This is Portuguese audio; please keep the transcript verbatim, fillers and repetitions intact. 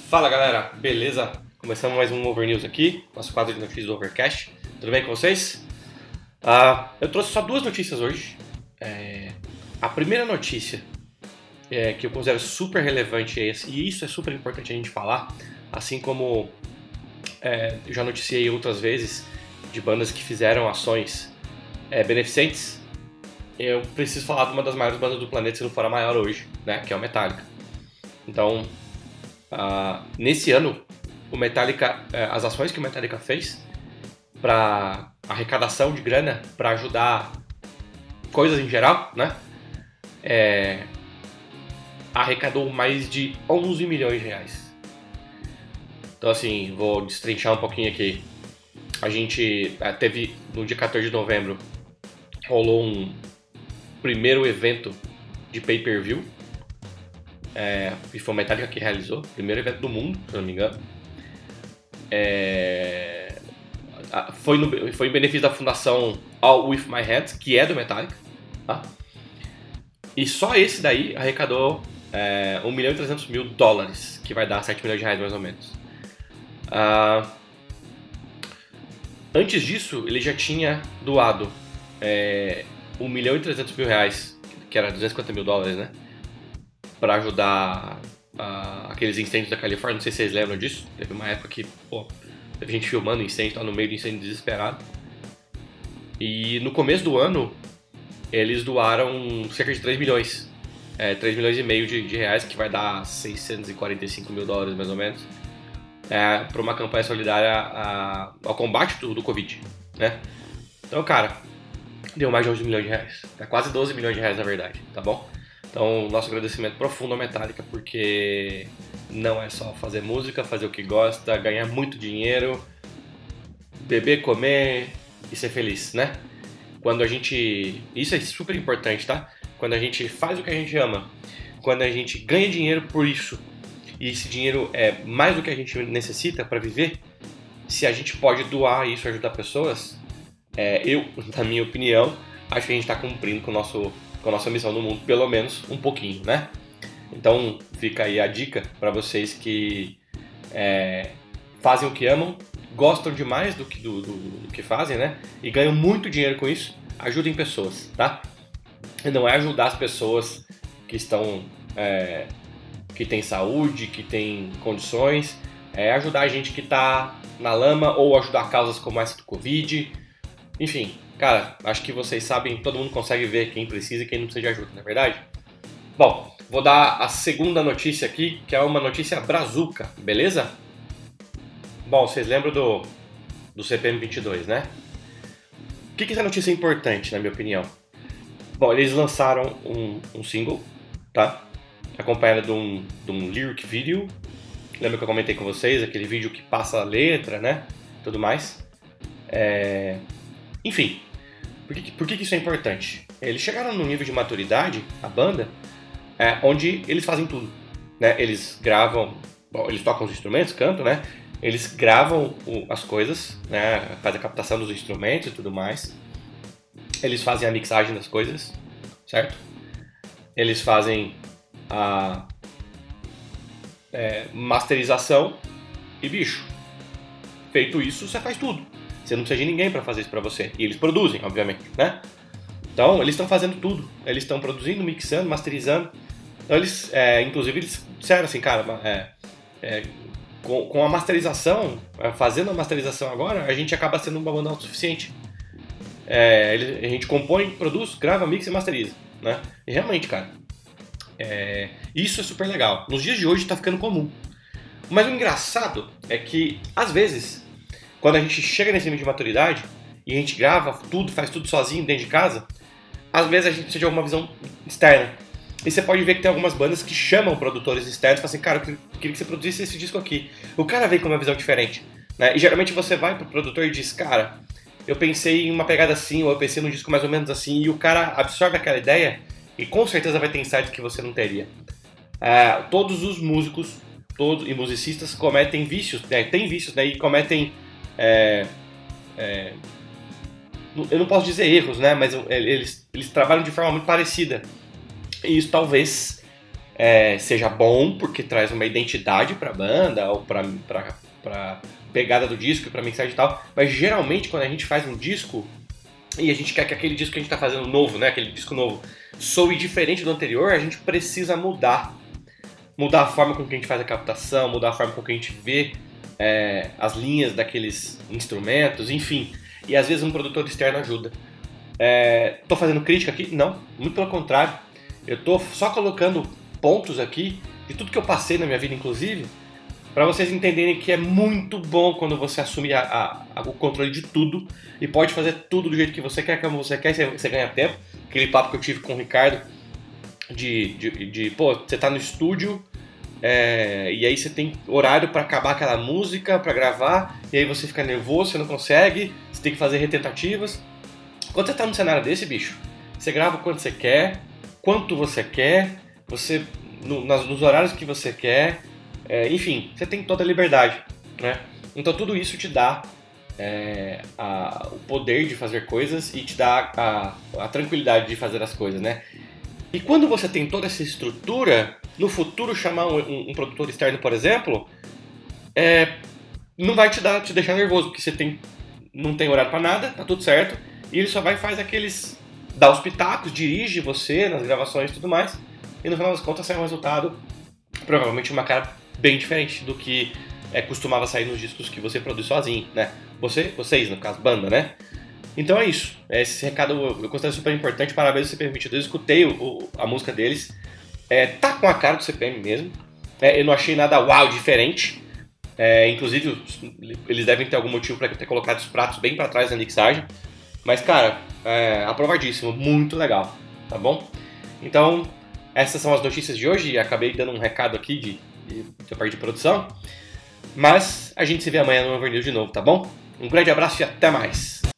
Fala galera, beleza? Começamos mais um Over News aqui, nosso quadro de notícias do Overcast. Tudo bem com vocês? Uh, eu trouxe só duas notícias hoje. É, a primeira notícia é, que eu considero super relevante é esse, e isso é super importante a gente falar, assim como é, eu já noticiei outras vezes de bandas que fizeram ações é, beneficentes. Eu preciso falar de uma das maiores bandas do planeta, se não for a maior hoje, né? Que é o Metallica. Então, uh, nesse ano, o Metallica, uh, as ações que o Metallica fez para arrecadação de grana, para ajudar coisas em geral, né? É, arrecadou mais de onze milhões de reais. Então, assim, vou destrinchar um pouquinho aqui. A gente uh, teve, no dia quatorze de novembro, rolou um primeiro evento de pay-per-view. É, e foi o Metallica que realizou, primeiro evento do mundo, se não me engano. É, foi, no, foi em benefício da fundação All With My Hands, que é do Metallica, tá? E só esse daí arrecadou é, um milhão e trezentos mil dólares, que vai dar sete milhões de reais mais ou menos. Ah, antes disso, ele já tinha doado é, um milhão e trezentos mil reais, que era duzentos e cinquenta mil dólares, né? Para ajudar uh, aqueles incêndios da Califórnia. Não sei se vocês lembram disso. Teve uma época que, pô, teve gente filmando incêndio, tá no meio do incêndio desesperado. E no começo do ano, eles doaram cerca de três milhões. É, três milhões e meio de, de reais, que vai dar seiscentos e quarenta e cinco mil dólares, mais ou menos. É, para uma campanha solidária a, ao combate do, do Covid, né? Então, cara, deu mais de onze milhões de reais. É quase doze milhões de reais, na verdade, tá bom? Então, nosso agradecimento profundo ao Metallica, porque não é só fazer música, fazer o que gosta, ganhar muito dinheiro, beber, comer e ser feliz, né? Quando a gente... Isso é super importante, tá? Quando a gente faz o que a gente ama, quando a gente ganha dinheiro por isso, e esse dinheiro é mais do que a gente necessita para viver, se a gente pode doar isso, ajudar pessoas, é, eu, na minha opinião, acho que a gente está cumprindo com o nosso... com a nossa missão no mundo, pelo menos um pouquinho, né? Então fica aí a dica para vocês que é, fazem o que amam, gostam demais do que, do, do, do que fazem, né? E ganham muito dinheiro com isso, ajudem pessoas, tá? E não é ajudar as pessoas que estão, é, que têm saúde, que têm condições, é ajudar a gente que está na lama ou ajudar causas como essa do Covid, enfim. Cara, acho que vocês sabem, todo mundo consegue ver quem precisa e quem não precisa de ajuda, não é verdade? Bom, vou dar a segunda notícia aqui, que é uma notícia brazuca, beleza? Bom, vocês lembram do, do C P M vinte e dois, né? Por que, que essa notícia é importante, na minha opinião? Bom, eles lançaram um, um single, tá? Acompanhado de um, de um lyric video. Lembra que eu comentei com vocês, aquele vídeo que passa a letra, né? Tudo mais. É... Enfim... Por que, por que isso é importante? Eles chegaram num nível de maturidade, a banda, é, onde eles fazem tudo, né? Eles gravam, bom, eles tocam os instrumentos, cantam, né? Eles gravam o, as coisas, né? Fazem a captação dos instrumentos e tudo mais. Eles fazem a mixagem das coisas, certo? Eles fazem a é, masterização e, bicho, feito isso, você faz tudo. Você não precisa de ninguém para fazer isso para você. E eles produzem, obviamente, né? Então, eles estão fazendo tudo. Eles estão produzindo, mixando, masterizando. Então, eles, é, inclusive, eles disseram assim, cara, é, é, com, com a masterização, fazendo a masterização agora, a gente acaba sendo uma banda autossuficiente. É, a gente compõe, produz, grava, mixa e masteriza, né? E realmente, cara, é, isso é super legal. Nos dias de hoje tá ficando comum. Mas o engraçado é que, às vezes... Quando a gente chega nesse nível de maturidade e a gente grava tudo, faz tudo sozinho dentro de casa, às vezes a gente precisa de alguma visão externa. E você pode ver que tem algumas bandas que chamam produtores externos e falam assim, cara, eu queria que você produzisse esse disco aqui. O cara vem com uma visão diferente, né? E geralmente você vai pro produtor e diz, cara, eu pensei em uma pegada assim, ou eu pensei num disco mais ou menos assim, e o cara absorve aquela ideia e com certeza vai ter insights que você não teria. É, todos os músicos todos, e musicistas cometem vícios, né? Tem vícios, né? E cometem... É, é, eu não posso dizer erros, né? Mas eles, eles trabalham de forma muito parecida. E isso talvez é, seja bom, porque traz uma identidade pra banda, ou pra, pra, pra pegada do disco e pra mixagem e tal, mas geralmente quando a gente faz um disco, e a gente quer que aquele disco que a gente tá fazendo novo, né, aquele disco novo, soe diferente do anterior, a gente precisa mudar. Mudar a forma com que a gente faz a captação, mudar a forma com que a gente vê é, as linhas daqueles instrumentos, enfim. E às vezes um produtor externo ajuda. É, tô fazendo crítica aqui? Não, muito pelo contrário. Eu tô só colocando pontos aqui de tudo que eu passei na minha vida, inclusive, para vocês entenderem que é muito bom quando você assume a, a, a, o controle de tudo e pode fazer tudo do jeito que você quer, como você quer, você, você ganha tempo. Aquele papo que eu tive com o Ricardo de, de, de, de pô, você tá no estúdio é, e aí você tem horário para acabar aquela música, para gravar, e aí você fica nervoso, você não consegue, você tem que fazer retentativas. Quando você tá num cenário desse, bicho, você grava quando você quer, quanto você quer, você no, nas, nos horários que você quer, é, enfim, você tem toda a liberdade, né? Então tudo isso te dá é, a, o poder de fazer coisas e te dá a, a tranquilidade de fazer as coisas, né? E quando você tem toda essa estrutura, no futuro chamar um, um, um produtor externo, por exemplo, é, não vai te, dar, te deixar nervoso, porque você tem, não tem horário pra nada, tá tudo certo, e ele só vai fazer aqueles, dá os pitacos, dirige você nas gravações e tudo mais, e no final das contas sai um resultado, provavelmente uma cara bem diferente do que é, costumava sair nos discos que você produz sozinho, né? Você, vocês, no caso, banda, né? Então é isso. Esse recado eu considero super importante. Parabéns por ser permitido. Eu escutei o, o, a música deles. É, tá com a cara do C P M mesmo. É, eu não achei nada uau diferente. É, inclusive, eles devem ter algum motivo para ter colocado os pratos bem para trás na mixagem. Mas, cara, é, aprovadíssimo. Muito legal. Tá bom? Então, essas são as notícias de hoje. Acabei dando um recado aqui de, de, de parte de produção. Mas a gente se vê amanhã no Overnews de novo, tá bom? Um grande abraço e até mais!